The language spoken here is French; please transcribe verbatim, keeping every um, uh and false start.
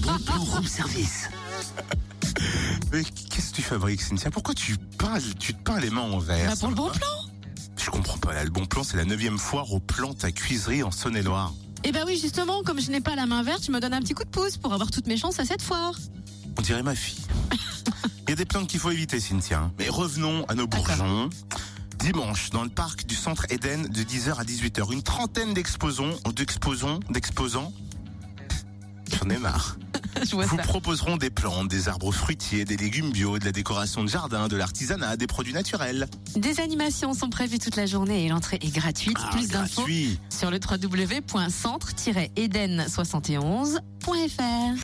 bon plan room service. Mais qu'est-ce que tu fabriques, Cynthia? Pourquoi tu peins, tu te peins les mains en vert? Bah pour le bon plan. Je comprends pas, là, le bon plan, c'est la neuvième foire aux plantes à cuiserie en Saône-et-Loire. Eh bah oui, justement, comme je n'ai pas la main verte, je me donne un petit coup de pouce pour avoir toutes mes chances à cette foire. On dirait ma fille. Il y a des plantes qu'il faut éviter, Cynthia. Mais revenons à nos bourgeons. Dimanche, dans le parc du Centre Eden, de dix heures à dix-huit heures, une trentaine d'exposants, d'exposants, d'exposants, j'en ai marre, Je vois vous ça. proposeront des plantes, des arbres fruitiers, des légumes bio, de la décoration de jardin, de l'artisanat, des produits naturels. Des animations sont prévues toute la journée et l'entrée est gratuite. Ah, Plus d'infos gratuit. sur le w w w point centre tiret eden soixante et onze point f r.